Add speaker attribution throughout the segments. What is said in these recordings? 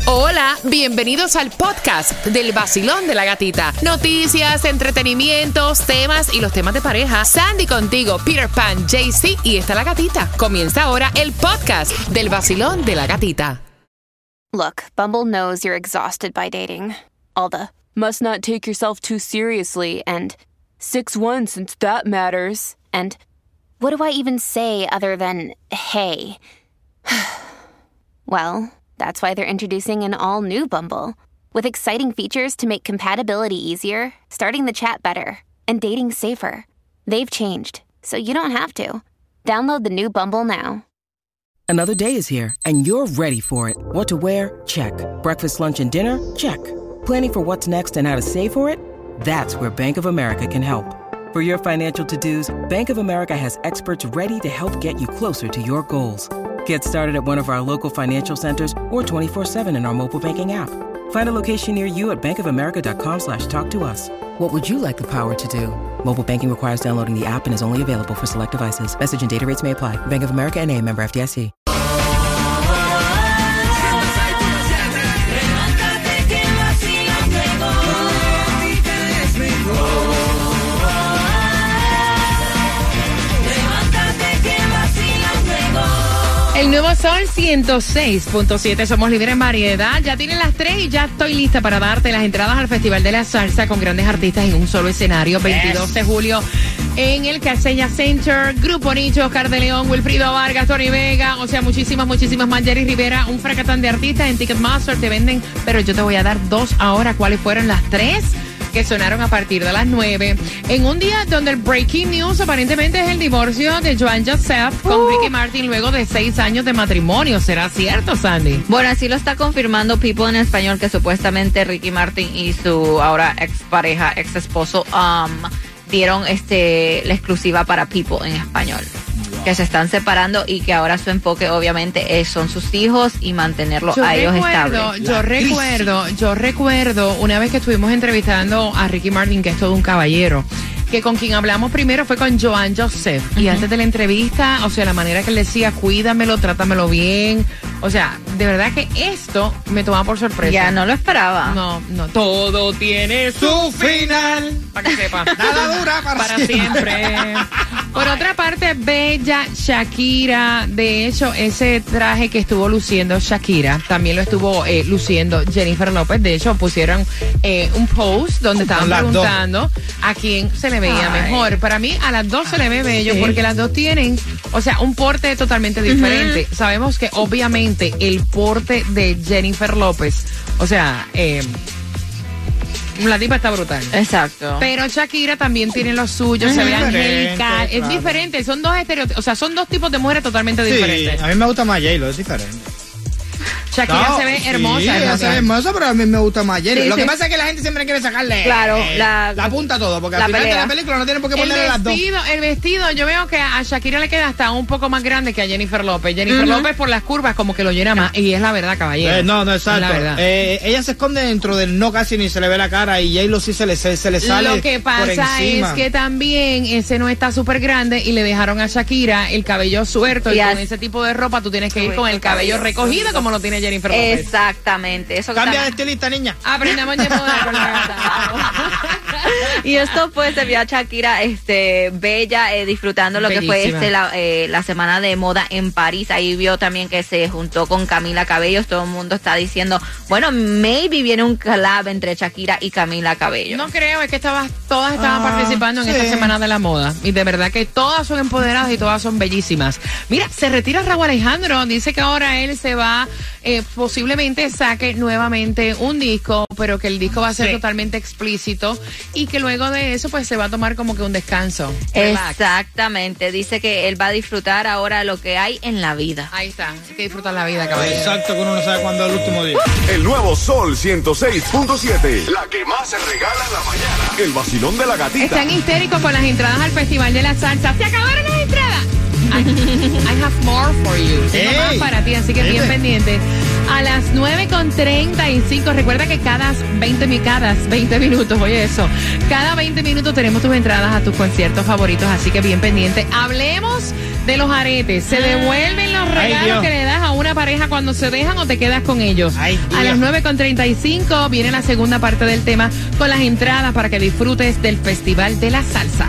Speaker 1: Hola, bienvenidos al podcast del Vacilón de la Gatita. Noticias, entretenimientos, temas y los temas de pareja. Sandy contigo, Peter Pan, JC y está la gatita. Comienza ahora el podcast del Vacilón de la Gatita.
Speaker 2: Look, Bumble knows you're exhausted by dating. All the must not take yourself too seriously and 6'1" since that matters. And what do I even say other than hey? Well, that's why they're introducing an all-new Bumble, with exciting features to make compatibility easier, starting the chat better, and dating safer. They've changed, so you don't have to. Download the new Bumble now.
Speaker 3: Another day is here, and you're ready for it. What to wear? Check. Breakfast, lunch, and dinner? Check. Planning for what's next and how to save for it? That's where Bank of America can help. For your financial to-dos, Bank of America has experts ready to help get you closer to your goals. Get started at one of our local financial centers or 24/7 in our mobile banking app. Find a location near you at bankofamerica.com/talktous. What would you like the power to do? Mobile banking requires downloading the app and is only available for select devices. Message and data rates may apply. Bank of America N.A., member FDIC.
Speaker 1: El nuevo Sol 106.7, somos líderes en variedad. Ya tienen las 3 y ya estoy lista para darte las entradas al Festival de la Salsa con grandes artistas en un solo escenario. 22 de julio en el Casella Center. Grupo Nicho, Oscar de León, Wilfrido Vargas, Tony Vega. O sea, muchísimas más. Jerry Rivera, un fracatán de artistas en Ticketmaster. Te venden, pero yo te voy a dar 2 ahora. ¿Cuáles fueron las 3? Que sonaron a partir de las 9. En un día donde el breaking news aparentemente es el divorcio de Joan Joseph con Ricky Martin luego de 6 años de matrimonio. ¿Será cierto, Sandy?
Speaker 4: Bueno, así lo está confirmando People en español, que supuestamente Ricky Martin y su ahora expareja, ex esposo, dieron la exclusiva para People en español. Que se están separando y que ahora su enfoque obviamente son sus hijos y mantenerlos a ellos estables.
Speaker 1: Yo recuerdo una vez que estuvimos entrevistando a Ricky Martin, que es todo un caballero, que con quien hablamos primero fue con Joan Joseph. Y antes de la entrevista, o sea, la manera que él decía, cuídamelo, trátamelo bien. O sea, de verdad que esto me tomaba por sorpresa.
Speaker 4: Ya no lo esperaba.
Speaker 1: No, todo tiene su final. Para que sepa.
Speaker 5: Nada dura
Speaker 1: para siempre. Por otra parte, bella Shakira. De hecho, ese traje que estuvo luciendo Shakira, también lo estuvo luciendo Jennifer López. De hecho, pusieron un post donde estaban preguntando a quién se le veía mejor. Para mí, a las dos se le ve bello, porque las dos tienen, o sea, un porte totalmente diferente. Sabemos que, obviamente, el porte de Jennifer López, o sea, la tipa está brutal.
Speaker 4: Exacto.
Speaker 1: Pero Shakira también tiene lo suyo, se ve angelical, claro. Es diferente, son dos estereotipos, o sea, son dos tipos de mujeres totalmente diferentes.
Speaker 5: A mí me gusta más J-Lo, es diferente.
Speaker 1: Shakira se ve hermosa.
Speaker 5: Sí, ella se ve hermosa, pero a mí me gusta más J-Lo.
Speaker 4: Sí,
Speaker 5: lo que pasa es que la gente siempre quiere sacarle la punta a todo, porque al final de la película no tienen por qué ponerle las dos.
Speaker 1: El vestido, yo veo que a Shakira le queda hasta un poco más grande que a Jennifer López. Jennifer López por las curvas como que lo llena más, y es la verdad, caballero.
Speaker 5: No, exacto. Ella se esconde dentro del casi ni se le ve la cara, y J-Lo sí se le sale.
Speaker 1: Lo que pasa es que también ese no está súper grande y le dejaron a Shakira el cabello suelto, y con ese tipo de ropa tú tienes que ir con el cabello recogido como lo tiene Jennifer López.
Speaker 4: Exactamente. Eso
Speaker 5: cambia de estilista, niña.
Speaker 1: Aprendamos de moda con la gata.
Speaker 4: Y esto pues se vio a Shakira bella, disfrutando lo
Speaker 1: bellísima.
Speaker 4: Que fue la semana de moda en París. Ahí vio también que se juntó con Camila Cabello. Todo el mundo está diciendo, bueno, maybe viene un collab entre Shakira y Camila Cabello.
Speaker 1: No creo, es que todas estaban participando en esta semana de la moda, y de verdad que todas son empoderadas y todas son bellísimas. Mira, se retira Rauw Alejandro, dice que ahora él se va, posiblemente saque nuevamente un disco, pero que el disco va a ser totalmente explícito, y que luego de eso pues se va a tomar como que un descanso. Relax.
Speaker 4: Exactamente, dice que él va a disfrutar ahora lo que hay en la vida.
Speaker 1: Ahí está, hay que disfrutar la vida, caballero.
Speaker 5: Exacto, que uno no sabe cuándo es el último día.
Speaker 6: El nuevo Sol 106.7, la que más se regala en la mañana. El vacilón de la gatita.
Speaker 1: Están histéricos con las entradas al Festival de la Salsa. ¡Se acabaron las entradas! I have more for you. Tengo más para ti, así que bien pendiente. A las 9:35. Recuerda que cada 20 minutos, oye eso, cada 20 minutos tenemos tus entradas a tus conciertos favoritos, así que bien pendiente. Hablemos de los aretes. ¿Se devuelven los regalos que le das a una pareja cuando se dejan o te quedas con ellos? A las 9:35 viene la segunda parte del tema con las entradas para que disfrutes del Festival de la Salsa.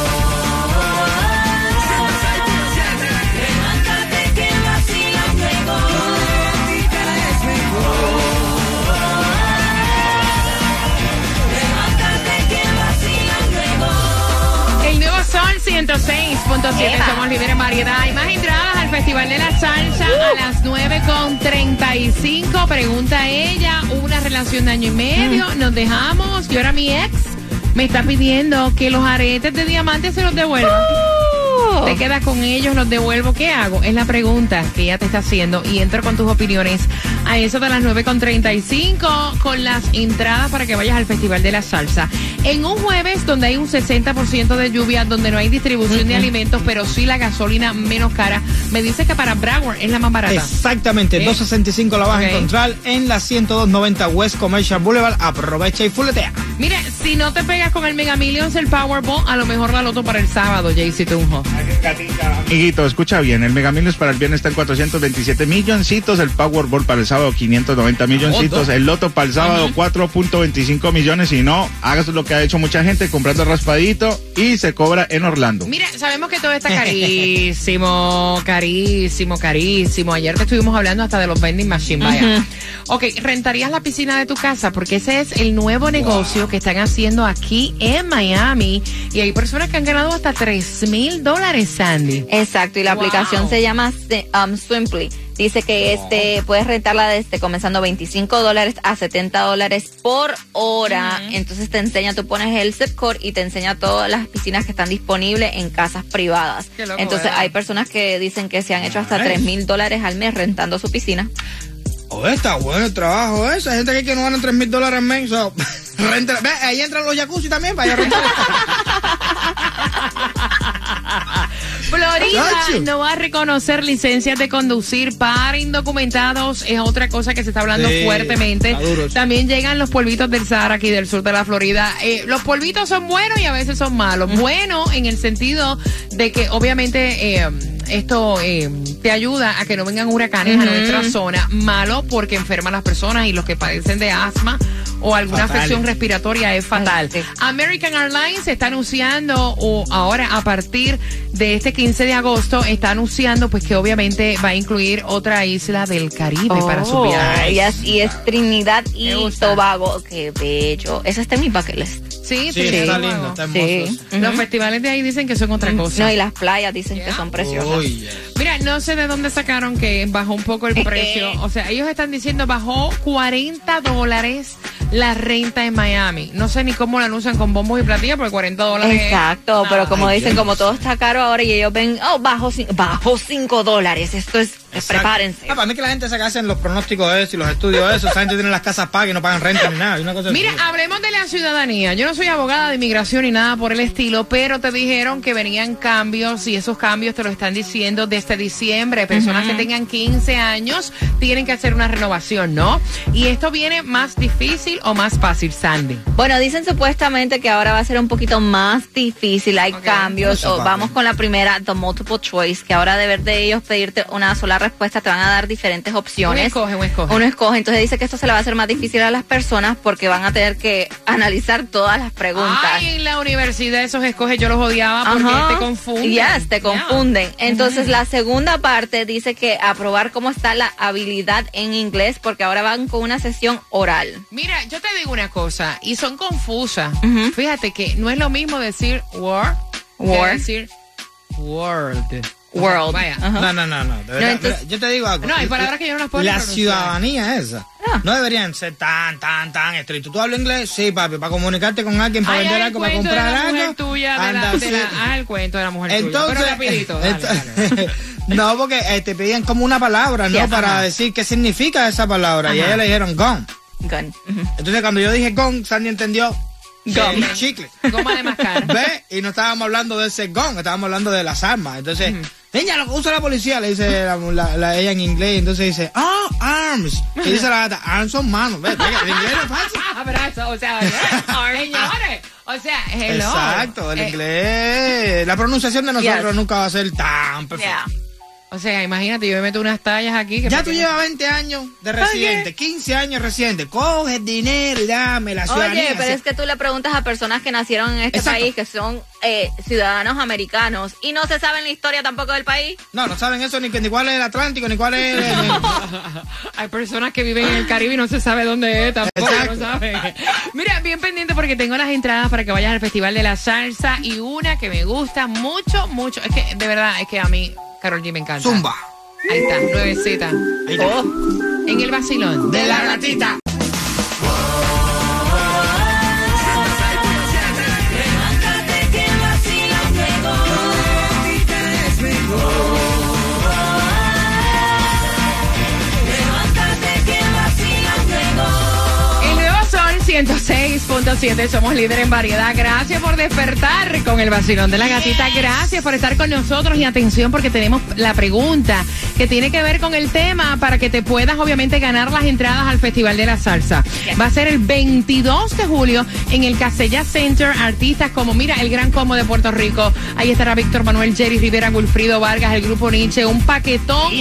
Speaker 1: El nuevo Sol 106.7, somos líderes en variedad. Hay más entradas al Festival de la Salsa a las 9:35. Pregunta ella, una relación de año y medio, nos dejamos y ahora mi ex me está pidiendo que los aretes de diamantes se los devuelva. Te quedas con ellos, los devuelvo, ¿qué hago? Es la pregunta que ella te está haciendo y entro con tus opiniones a eso de las 9:35 con las entradas para que vayas al Festival de la Salsa. En un jueves donde hay un 60% de lluvia, donde no hay distribución de alimentos, pero sí la gasolina menos cara, me dice que para Broward es la más barata.
Speaker 5: Exactamente, $2.65 la vas a encontrar en la 10290 West Commercial Boulevard. Aprovecha y fuletea.
Speaker 1: Mira, si no te pegas con el Mega Millions, el Powerball, a lo mejor la loto para el sábado, Jaycee Tunjo.
Speaker 7: Amiguito, escucha bien, el Mega Millions para el viernes está en 427 milloncitos, el Powerball para el sábado 590 milloncitos, el loto para el sábado 4.25 millones, y no, hagas lo que ha hecho mucha gente, comprando raspadito y se cobra en Orlando.
Speaker 1: Mira, sabemos que todo está carísimo, carísimo. Ayer te estuvimos hablando hasta de los vending machines, vaya. Ok, ¿rentarías la piscina de tu casa? Porque ese es el nuevo negocio que están haciendo aquí en Miami y hay personas que han ganado hasta $3,000, Sandy.
Speaker 4: Exacto, y la aplicación se llama Swimply. Dice que puedes rentarla desde comenzando $25 a $70 por hora. Entonces te enseña, tú pones el zip code y te enseña todas las piscinas que están disponibles en casas privadas. Entonces hay personas que dicen que se han hecho hasta $3,000 al mes rentando su piscina.
Speaker 5: Está bueno el trabajo ese. Hay gente que no gana $3,000 al mes. So, ve, ahí entran los jacuzzi también para rentar.
Speaker 1: Florida no va a reconocer licencias de conducir para indocumentados. Es otra cosa que se está hablando fuertemente. También llegan los polvitos del Sahara aquí del sur de la Florida. Los polvitos son buenos y a veces son malos. Bueno en el sentido de que obviamente esto te ayuda a que no vengan huracanes a nuestra zona. Malo porque enferma a las personas y los que padecen de asma o alguna afección respiratoria es fatal. American Airlines está anunciando, o ahora a partir de este 15 de agosto, está anunciando pues que obviamente va a incluir otra isla del Caribe para su viaje.
Speaker 4: Y es Trinidad y Tobago. Qué bello. Esa está en mi bucket list.
Speaker 1: Sí,
Speaker 5: está lindo, está hermoso.
Speaker 1: Los festivales de ahí dicen que son otra cosa.
Speaker 4: No, y las playas dicen que son preciosas.
Speaker 1: Mira, no sé de dónde sacaron que bajó un poco el precio. O sea, ellos están diciendo bajó $40 la renta en Miami. No sé ni cómo la anuncian con bombos y platillos, porque $40.
Speaker 4: Exacto, pero como dicen, como todo está caro ahora y ellos ven, bajó $5. Esto es, prepárense.
Speaker 5: Para mí que la gente se hace en los pronósticos de eso y los estudios de eso. Esa gente tiene las casas pagas y no pagan renta ni nada. Una cosa
Speaker 1: Mira, hablemos de la ciudadanía. Yo no soy abogada de inmigración ni nada por el estilo, pero te dijeron que venían cambios y esos cambios te lo están diciendo desde diciembre. Personas que tengan 15 años tienen que hacer una renovación, ¿no? Y esto viene más difícil o más fácil, Sandy.
Speaker 4: Bueno, dicen supuestamente que ahora va a ser un poquito más difícil. Hay cambios. Vamos con la primera, the multiple choice, que ahora de ellos pedirte una sola respuesta te van a dar diferentes opciones.
Speaker 1: Uno
Speaker 4: escoge. Entonces dice que esto se le va a hacer más difícil a las personas porque van a tener que analizar todas las preguntas.
Speaker 1: Ay, en la universidad esos escoges yo los odiaba porque te confunden.
Speaker 4: Te confunden. Entonces la segunda parte dice que aprobar cómo está la habilidad en inglés porque ahora van con una sesión oral.
Speaker 1: Mira, yo te digo una cosa y son confusas. Fíjate que no es lo mismo decir que decir world.
Speaker 4: Vaya.
Speaker 5: No. De verdad, entonces, yo te digo algo.
Speaker 1: No, hay palabras que yo no las puedo pronunciar.
Speaker 5: Ciudadanía esa no deberían ser tan estrictos. ¿Tú hablas inglés? Sí, papi. Para comunicarte con alguien, para vender algo, para comprar algo.
Speaker 1: Haz el cuento de la mujer tuya. Pero rapidito. Dale.
Speaker 5: No, porque te pedían como una palabra, ¿no? Para decir qué significa esa palabra. Y a ella le dijeron gun. Entonces, cuando yo dije gun, Sandy entendió. Chicle.
Speaker 1: Goma de mascar.
Speaker 5: ¿Ves? Y no estábamos hablando de ese gun, estábamos hablando de las armas. Entonces, Niña, lo que usa la policía, le dice ella en inglés, entonces dice, arms. Y dice la gata, arms son manos. ¿Ves? El inglés no es fácil.
Speaker 1: Abrazo, o sea, señores. O sea, hello.
Speaker 5: Exacto, el inglés. La pronunciación de nosotros nunca va a ser tan perfecta.
Speaker 1: Yeah. O sea, imagínate, yo me meto unas tallas aquí.
Speaker 5: Ya tú llevas 20 años de residente, 15 años residente. Coge dinero y dame la ciudadanía.
Speaker 4: Oye, pero es que tú le preguntas a personas que nacieron en este país, que son ciudadanos americanos, y no se saben la historia tampoco del país.
Speaker 5: No saben eso, ni cuál es el Atlántico, ni cuál es
Speaker 1: Hay personas que viven en el Caribe y no se sabe dónde es tampoco. No saben. Mira, bien pendiente porque tengo las entradas para que vayas al Festival de la Salsa y una que me gusta mucho. Es que, de verdad, es que a mí Karol G me encanta.
Speaker 5: Zumba.
Speaker 1: Ahí está, nuevecita.
Speaker 5: Ahí está.
Speaker 1: En el vacilón
Speaker 5: de la gatita.
Speaker 1: El nuevo Sol 106.7, somos líder en variedad. Gracias por despertar con el vacilón de la gatita. Gracias por estar con nosotros y atención porque tenemos la pregunta que tiene que ver con el tema para que te puedas obviamente ganar las entradas al Festival de la Salsa. Va a ser el 22 de julio en el Casella Center. Artistas como, mira, el Gran Combo de Puerto Rico. Ahí estará Víctor Manuel, Jerry Rivera, Wilfrido Vargas, el Grupo Nietzsche. Un paquetón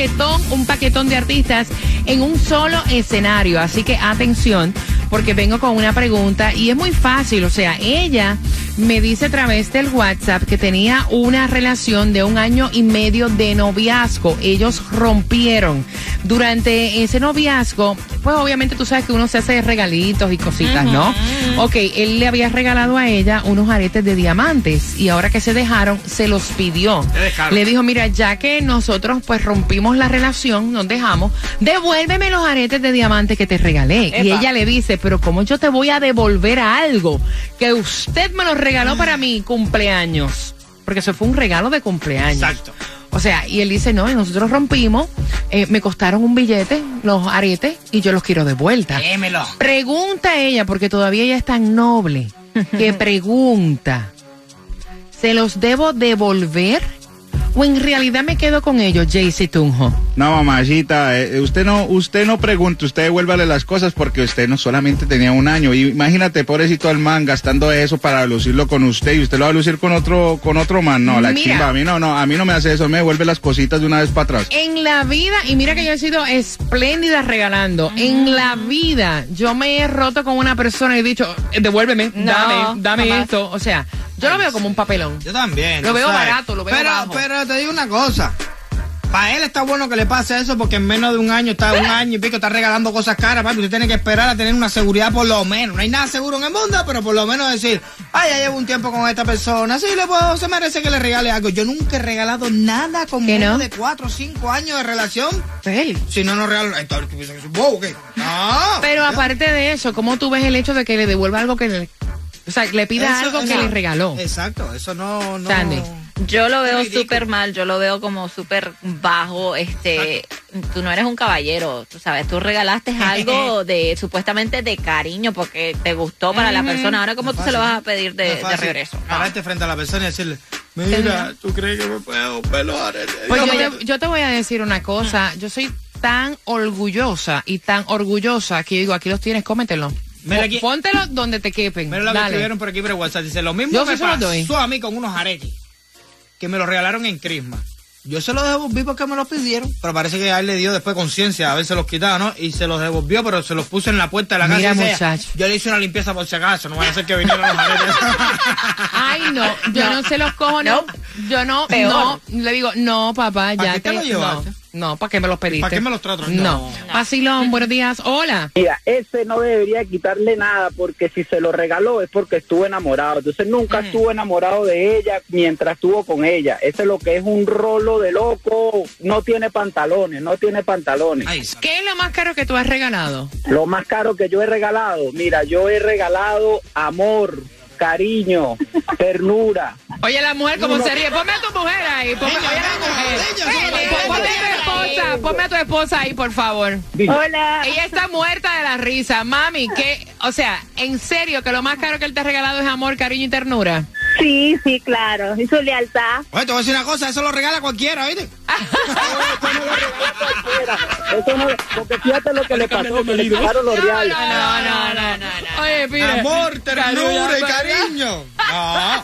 Speaker 1: de artistas en un solo escenario. Así que atención, porque vengo con una pregunta y es muy fácil. O sea, ella me dice a través del WhatsApp que tenía una relación de 1 año y medio de noviazgo. Ellos rompieron. Durante ese noviazgo, pues obviamente tú sabes que uno se hace regalitos y cositas, ¿no? Ok, él le había regalado a ella unos aretes de diamantes y ahora que se dejaron, se los pidió. Le dijo, mira, ya que nosotros pues rompimos la relación, nos dejamos, devuélveme los aretes de diamantes que te regalé. Epa. Y ella le dice, pero ¿cómo yo te voy a devolver algo que usted me lo regaló para mi cumpleaños? Porque eso fue un regalo de cumpleaños.
Speaker 5: Exacto.
Speaker 1: O sea, y él dice, no, y nosotros rompimos, me costaron un billete, los aretes, y yo los quiero de vuelta.
Speaker 5: Démelo.
Speaker 1: Pregunta ella, porque todavía ella es tan noble, que pregunta, ¿se los debo devolver? ¿O en realidad me quedo con ellos, Jaycee Tunjo?
Speaker 7: No, mamacita, usted no pregunte, usted devuélvale las cosas porque usted no solamente tenía 1 año. Y imagínate, pobrecito al man, gastando eso para lucirlo con usted y usted lo va a lucir con otro man. No, la chimba, a mí no me hace eso, me devuelve las cositas de una vez para atrás.
Speaker 1: En la vida, y mira que yo he sido espléndida regalando, en la vida yo me he roto con una persona y he dicho, devuélveme, dame esto. O sea, yo lo veo como un papelón.
Speaker 5: Yo también.
Speaker 1: Lo veo barato, lo veo bajo.
Speaker 5: Pero te digo una cosa. Para él está bueno que le pase eso porque en menos de 1 año, está 1 año y pico, está regalando cosas caras, papi. Usted tiene que esperar a tener una seguridad por lo menos. No hay nada seguro en el mundo, pero por lo menos decir, ya llevo un tiempo con esta persona, sí, se merece que le regale algo. Yo nunca he regalado nada con menos de 4 o 5 años de relación.
Speaker 1: Feli.
Speaker 5: Si no regalo, wow, ¿qué? No.
Speaker 1: Pero aparte de eso, ¿cómo tú ves el hecho de que le devuelva algo que le pida algo que le regaló?
Speaker 5: Exacto, eso no.
Speaker 1: Sandy.
Speaker 4: Yo lo veo súper mal, yo lo veo como súper bajo, tú no eres un caballero, tú sabes, tú regalaste algo supuestamente de cariño porque te gustó para la persona, ahora ¿cómo tú se lo vas a pedir de regreso?
Speaker 5: Pararte frente a la persona y decirle, mira, ¿tú crees que me puedo pelar?
Speaker 1: Pues yo te voy a decir una cosa, yo soy tan orgullosa y tan orgullosa que yo digo, aquí los tienes, cómetelos. Póntelos donde te quepen.
Speaker 5: Mira lo que escribieron por aquí por WhatsApp, dice, lo mismo me pasó a mí con unos aretes que me los regalaron en Christmas. Yo se los devolví porque me los pidieron, pero parece que a él le dio después conciencia, a ver se los quitaba, ¿no? Y se los devolvió, pero se los puso en la puerta de la casa.
Speaker 1: Mira, muchacho.
Speaker 5: Yo le hice una limpieza por si acaso, no van a hacer que vinieran los aretes.
Speaker 1: Ay, no, yo no se los cojo, no. Yo no, le digo, no, papá, ya
Speaker 5: te lo llevaste.
Speaker 1: No, ¿para qué me los pediste?
Speaker 5: ¿Para qué me los trato?
Speaker 1: No. Vacilón, buenos días, hola.
Speaker 8: Mira, ese no debería quitarle nada porque si se lo regaló es porque estuvo enamorado. Entonces nunca estuvo enamorado de ella mientras estuvo con ella. Ese es lo que es un rolo de loco. No tiene pantalones.
Speaker 1: Ay, ¿qué es lo más caro que tú has regalado?
Speaker 8: Lo más caro que yo he regalado, mira, yo he regalado amor, cariño, ternura.
Speaker 1: Oye, la mujer como se ríe. Ponme a tu mujer ahí. Ponme a tu esposa ahí, por favor.
Speaker 9: Hola.
Speaker 1: Ella está muerta de la risa. Mami, o sea, en serio, que lo más caro que él te ha regalado es amor, cariño y ternura.
Speaker 9: Sí, claro. Y su lealtad.
Speaker 5: Oye, te voy a decir una cosa, eso lo regala cualquiera, ¿oíste?
Speaker 8: Eso no, porque fíjate lo que le pasó, que le quitaron los reales.
Speaker 1: No. Oye, mira.
Speaker 5: Amor, ternura y cariño. No.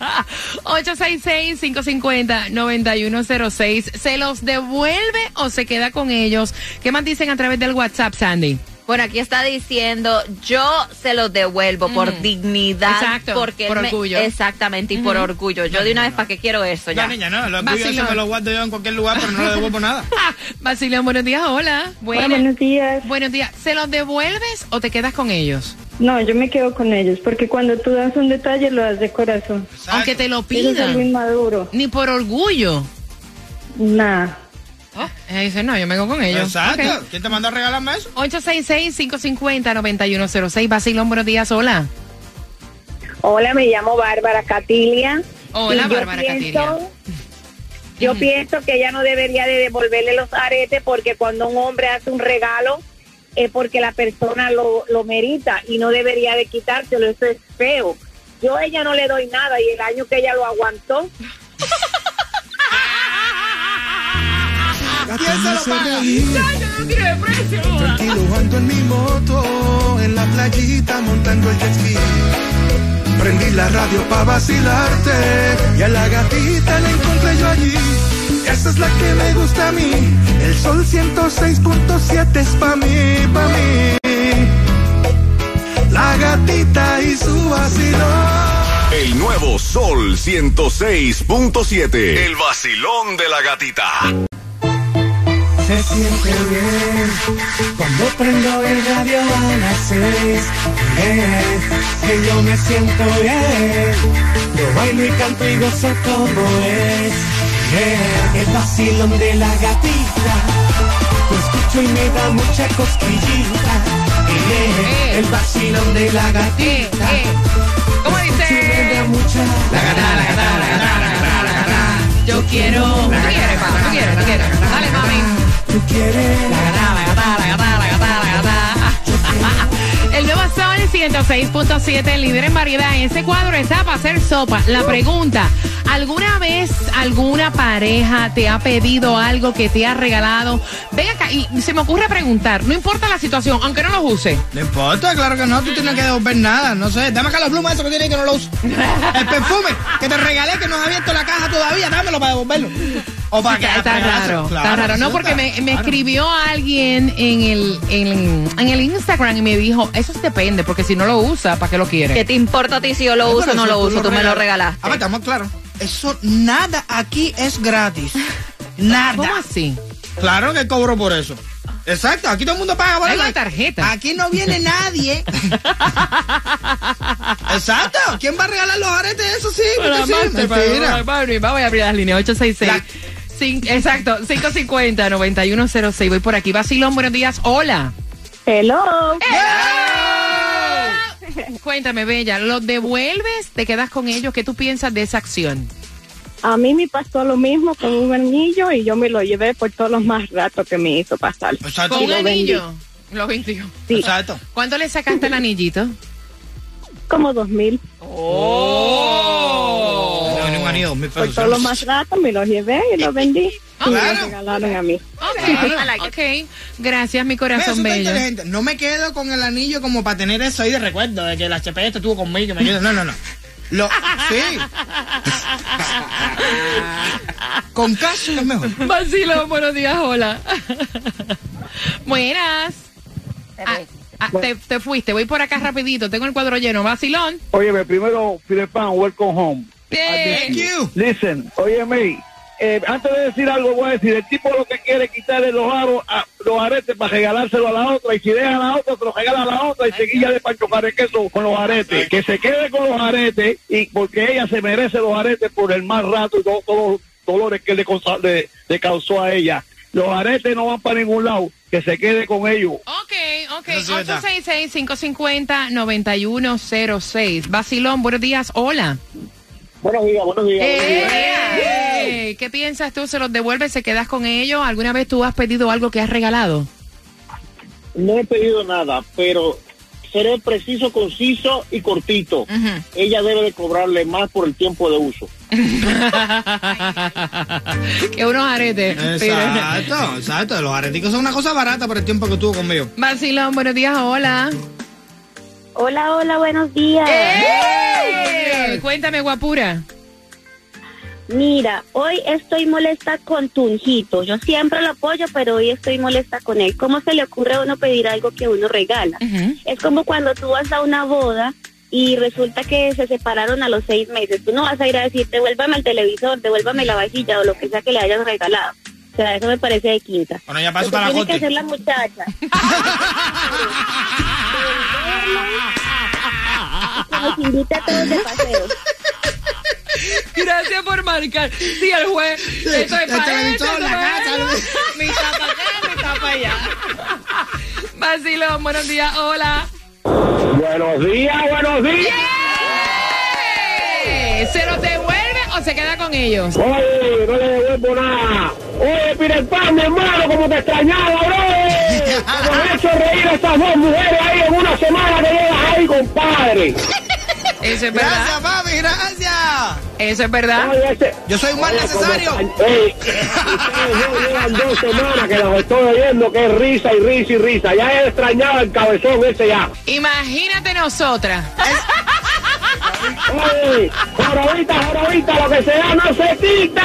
Speaker 1: 866-550-9106. ¿Se los devuelve o se queda con ellos? ¿Qué más dicen a través del WhatsApp, Sandy?
Speaker 4: Bueno, aquí está diciendo, yo se los devuelvo por dignidad.
Speaker 1: Exacto,
Speaker 4: porque
Speaker 1: por orgullo.
Speaker 4: Exactamente, y por orgullo. Yo de una vez, ¿para qué quiero eso? Ya,
Speaker 5: niña, no, los orgullos eso me los guardo yo en cualquier lugar, pero no le devuelvo nada.
Speaker 1: Basilio, buenos días, hola.
Speaker 9: Buenos días.
Speaker 1: Buenos días. ¿Se los devuelves o te quedas con ellos?
Speaker 9: No, yo me quedo con ellos, porque cuando tú das un detalle lo das de corazón.
Speaker 5: Exacto.
Speaker 1: Aunque te lo
Speaker 9: Eso es algo
Speaker 1: pidan.
Speaker 9: inmaduro.
Speaker 1: Ni por orgullo.
Speaker 9: Nada.
Speaker 1: Ella dice, no, yo me quedo con ellos.
Speaker 5: Exacto.
Speaker 1: Ok.
Speaker 5: ¿Quién te mandó a regalarme eso?
Speaker 1: 866-550-9106. Basilón, buenos días, hola.
Speaker 9: Hola, me llamo Bárbara Catilia.
Speaker 1: Hola,
Speaker 9: Y yo
Speaker 1: Bárbara Catilia.
Speaker 9: Yo pienso que ella no debería de devolverle los aretes, porque cuando un hombre hace un regalo es porque la persona lo merita y no debería de quitárselo. Eso es feo. Yo a ella no le doy nada y el año que ella lo aguantó.
Speaker 5: ¿Quién se lo paga?
Speaker 10: Tranquilo ando en mi moto, en la playita montando el jet ski. Prendí la radio pa' vacilarte y a la gatita la encontré yo allí. Esa es la que me gusta a mí. El Sol 106.7 es pa' mí, pa' mí. La gatita y su vacilón.
Speaker 6: El nuevo Sol 106.7. El vacilón de la gatita.
Speaker 10: Se siente bien cuando prendo el radio a las 6. Que yo me siento bien. Yo bailo y canto y gozo como es. El vacilón de la gatita. Lo escucho y me da mucha cosquillita. El vacilón de la gatita.
Speaker 1: ¿Cómo dice?
Speaker 10: Me da mucha.
Speaker 1: La gata. Yo quiero. ¿Tú quieres, papá? ¿Tú quieres? Dale, mami.
Speaker 10: ¿Tú quieres?
Speaker 1: La gata. El nuevo Sol 106.7, líder en variedad. Ese cuadro está para hacer sopa. La pregunta, ¿alguna vez alguna pareja te ha pedido algo que te ha regalado? Ven acá, y se me ocurre preguntar, no importa la situación, aunque no los use.
Speaker 5: No importa, claro que no, tú tienes que devolver nada, no sé, dame acá los plumas, eso que tiene que no lo uso. El perfume que te regalé, que no has abierto la caja todavía, dámelo para devolverlo. O para que
Speaker 1: Está raro, está raro. No, porque me escribió alguien en el Instagram y me dijo, eso depende, porque si no lo usa, ¿para qué lo quiere?
Speaker 4: ¿Qué te importa a ti si yo lo uso o no lo uso? Tú me lo regalaste.
Speaker 5: A ver, estamos claros. Eso, nada aquí es gratis. Nada.
Speaker 1: ¿Cómo así?
Speaker 5: Claro que cobro por eso. Exacto, aquí todo el mundo paga por
Speaker 1: Hay
Speaker 5: eso.
Speaker 1: una tarjeta.
Speaker 5: Aquí no viene nadie. Exacto. ¿Quién va a regalar los aretes? Eso sí. Mentira.
Speaker 1: Vamos a abrir las líneas 866. Exacto, 550-9106. Voy por aquí. Basilón, buenos días. Hola.
Speaker 9: Hello.
Speaker 1: Cuéntame, Bella, ¿los devuelves? ¿Te quedas con ellos? ¿Qué tú piensas de esa acción?
Speaker 9: A mí me pasó lo mismo con un anillo y yo me lo llevé por todos los más ratos que me hizo pasar.
Speaker 5: Exacto.
Speaker 1: ¿Con un
Speaker 9: lo vendí.
Speaker 1: anillo? Lo vendió.
Speaker 9: Sí.
Speaker 5: Exacto.
Speaker 1: ¿Cuánto le sacaste el anillito?
Speaker 9: Como 2,000.
Speaker 1: ¡Oh!
Speaker 5: No, ni un anillo, 2,000
Speaker 9: Por
Speaker 5: pesos.
Speaker 9: todos los más ratos me los llevé y los vendí. Y me
Speaker 5: Claro.
Speaker 9: los regalaron a mí.
Speaker 1: Ok. Gracias, mi
Speaker 5: Mira, eso
Speaker 1: corazón
Speaker 5: está
Speaker 1: bello.
Speaker 5: inteligente. No me quedo con el anillo como para tener eso ahí de recuerdo, de que el HP estuvo conmigo, que me quedo. No. Sí. Con cash es mejor.
Speaker 1: Vacilo, buenos días, hola. Buenas. Te fuiste, voy por acá rapidito, tengo el cuadro lleno. Vacilón.
Speaker 8: Óyeme, primero, Filepan, welcome home.
Speaker 5: Thank you.
Speaker 8: Listen, óyeme, antes de decir algo voy a decir, el tipo lo que quiere es quitarle los aretes para regalárselo a la otra, y si deja a la otra, se lo regala a la otra y seguilla de Pancho Carequeso con los aretes. Que se quede con los aretes, y porque ella se merece los aretes por el mal rato y todos los dolores que le causó a ella. Los aretes no van para ningún lado, que se quede con ellos.
Speaker 1: Ok. Ok, 866-550-9106. Vacilón, buenos días, hola.
Speaker 11: Buenos días.
Speaker 1: ¿Qué piensas tú? ¿Se los devuelves? ¿Se quedas con ellos? ¿Alguna vez tú has pedido algo que has regalado?
Speaker 11: No he pedido nada, pero seré preciso, conciso y cortito. Ella debe de cobrarle más por el tiempo de uso.
Speaker 1: Que unos aretes.
Speaker 5: Exacto. Los areticos son una cosa barata por el tiempo que tuvo conmigo.
Speaker 1: Vacilón, buenos días, hola.
Speaker 9: Hola, buenos días.
Speaker 1: Cuéntame, guapura.
Speaker 9: Mira, hoy estoy molesta con Tunjito. Yo siempre lo apoyo, pero hoy estoy molesta con él. ¿Cómo se le ocurre a uno pedir algo que uno regala? Es como cuando tú vas a una boda y resulta que se separaron a los 6 meses. Tú no vas a ir a decir, devuélvame el televisor, devuélvame la vajilla o lo que sea que le hayas regalado. O sea, eso me parece de quinta.
Speaker 5: Bueno, ya pasó
Speaker 9: para
Speaker 5: la
Speaker 9: tiene que hacer la muchacha. Que nos invita a todos de paseo.
Speaker 1: Gracias por marcar. Sí, el juez. Esto es para
Speaker 5: televisor, la casa.
Speaker 1: Mi tapa acá, mi tapa allá. Vacilón, buenos días, hola.
Speaker 11: Buenos días.
Speaker 1: ¿Se los devuelve o se queda con ellos?
Speaker 11: Oye, no le devuelvo nada. Oye, Pirepan, mi hermano, como te extrañaba, bro. Como has hecho reír a estas dos mujeres ahí en una semana que llegas ahí, compadre.
Speaker 1: Eso es verdad.
Speaker 5: Gracias, papi, gracias.
Speaker 1: Eso es verdad.
Speaker 11: Oye,
Speaker 5: Yo soy un mal necesario.
Speaker 11: Ustedes llevan 2 semanas que los estoy oyendo, que es risa. Ya he extrañado el cabezón ese ya.
Speaker 1: Imagínate nosotras.
Speaker 11: Oye, jorobita, lo que se da no se quita.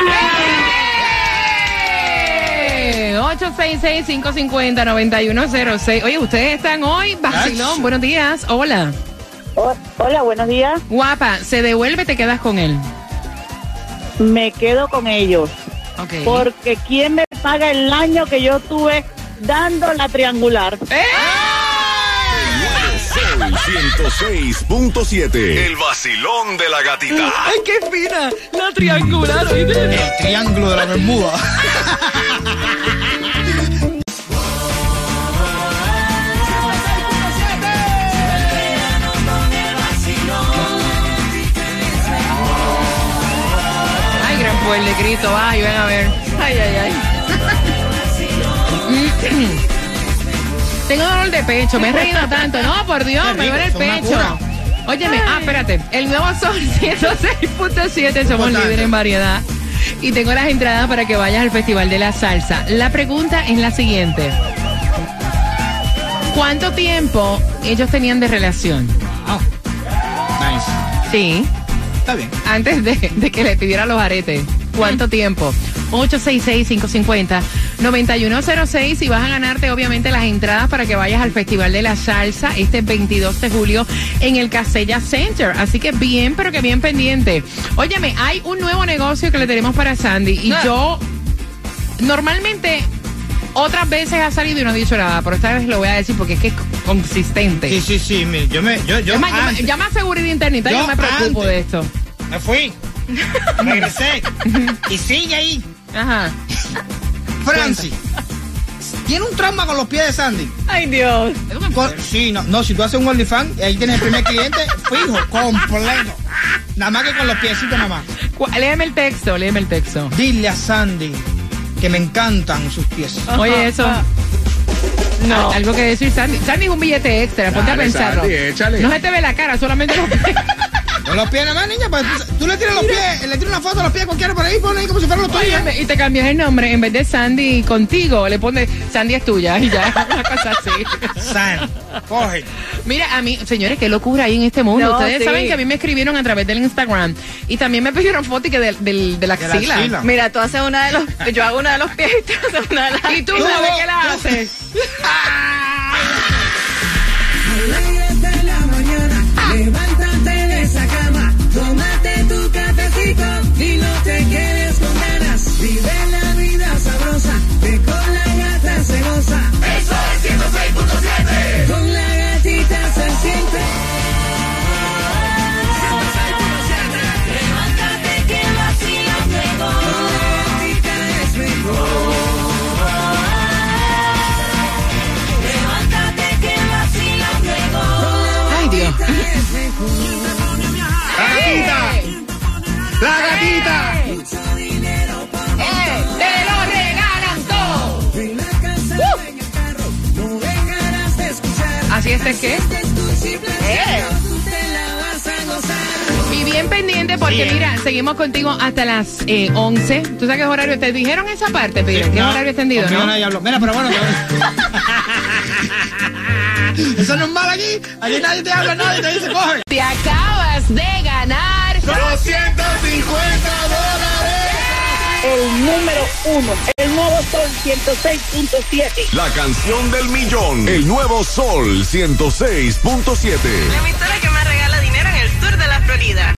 Speaker 1: 866-550-9106. Oye, ustedes están hoy, vacilón. Buenos días, hola.
Speaker 9: Hola, buenos días.
Speaker 1: Guapa, ¿se devuelve, te quedas con él?
Speaker 9: Me quedo con ellos.
Speaker 1: Okay.
Speaker 9: Porque ¿quién me paga el año que yo tuve dando la triangular?
Speaker 6: Sol 106.7. El vacilón de la gatita.
Speaker 1: ¡Ay, qué fina! La triangular, ¿oíste?
Speaker 5: El triángulo de la Bermuda.
Speaker 1: El de grito, ay, ven a ver. Ay. Tengo dolor de pecho, me he reído tanto. No, por Dios, me duele el pecho. Óyeme, espérate. El nuevo Sol 106.7, somos líderes en variedad. Y tengo las entradas para que vayas al Festival de la Salsa. La pregunta es la siguiente. ¿Cuánto tiempo ellos tenían de relación?
Speaker 5: Oh. Nice.
Speaker 1: Sí.
Speaker 5: Está bien.
Speaker 1: Antes de que le pidiera los aretes. ¿Cuánto tiempo? 866-550-9106 y vas a ganarte obviamente las entradas para que vayas al Festival de la Salsa este 22 de julio en el Casella Center. Así que bien, pero que bien pendiente. Óyeme, hay un nuevo negocio que le tenemos para Sandy y yo normalmente otras veces ha salido y no he dicho nada, pero esta vez lo voy a decir porque es que es consistente.
Speaker 5: Sí, mire, yo
Speaker 1: llama a seguridad interna, yo me preocupo de esto.
Speaker 5: Me fui. Regresé. Y sigue ahí.
Speaker 1: Ajá.
Speaker 5: Francis. Tiene un trauma con los pies de Sandy.
Speaker 1: Ay, Dios.
Speaker 5: Sí, no, si tú haces un OnlyFans, ahí tienes el primer cliente fijo, completo. Nada más que con los piecitos nada más.
Speaker 1: Léeme el texto.
Speaker 5: Dile a Sandy que me encantan sus pies.
Speaker 1: Oye, eso. No. Algo que decir, Sandy. Sandy es un billete extra, ponte a pensarlo.
Speaker 7: Sandy, échale.
Speaker 1: No se te ve la cara, solamente los pies.
Speaker 5: Con los pies nada más, niña, pues tú le tiras los pies, le tiras una foto a los pies cualquiera por ahí, ponle ahí como si fueran los tuyos.
Speaker 1: Y te cambias el nombre, en vez de Sandy contigo, le pones Sandy es tuya y ya, una cosa así.
Speaker 5: Sandy, coge.
Speaker 1: Mira, a mí, señores, qué locura hay en este mundo.
Speaker 4: No,
Speaker 1: Ustedes
Speaker 4: sí.
Speaker 1: saben que a mí me escribieron a través del Instagram y también me pidieron fotos de la axila.
Speaker 4: Mira, tú haces una de los... Yo hago una de los pies y tú haces una de las...
Speaker 1: ¿Y tú sabes qué la haces?
Speaker 10: Alégrate la mañana, levántate de esa cama, tómate tu cafecito y no te quedes con ganas. Vive la vida sabrosa, que con la gata se goza. Eso es 106.7. Con la gatita se siente. 106.7. Levántate que el vacío llegó. Con la gatita es mejor.
Speaker 1: ¿Y este es qué? Y bien pendiente porque mira, seguimos contigo hasta las 11. ¿Tú sabes qué horario te dijeron esa parte, Pedro? ¿Qué horario extendido, no?
Speaker 5: Mira, pero bueno. Eso no es mal aquí. Aquí nadie te habla, nadie te dice coge.
Speaker 1: Te acabas de ganar
Speaker 6: $250.
Speaker 9: El número 1, el nuevo Sol 106.7.
Speaker 6: La canción del millón. El nuevo Sol 106.7.
Speaker 4: La emisora que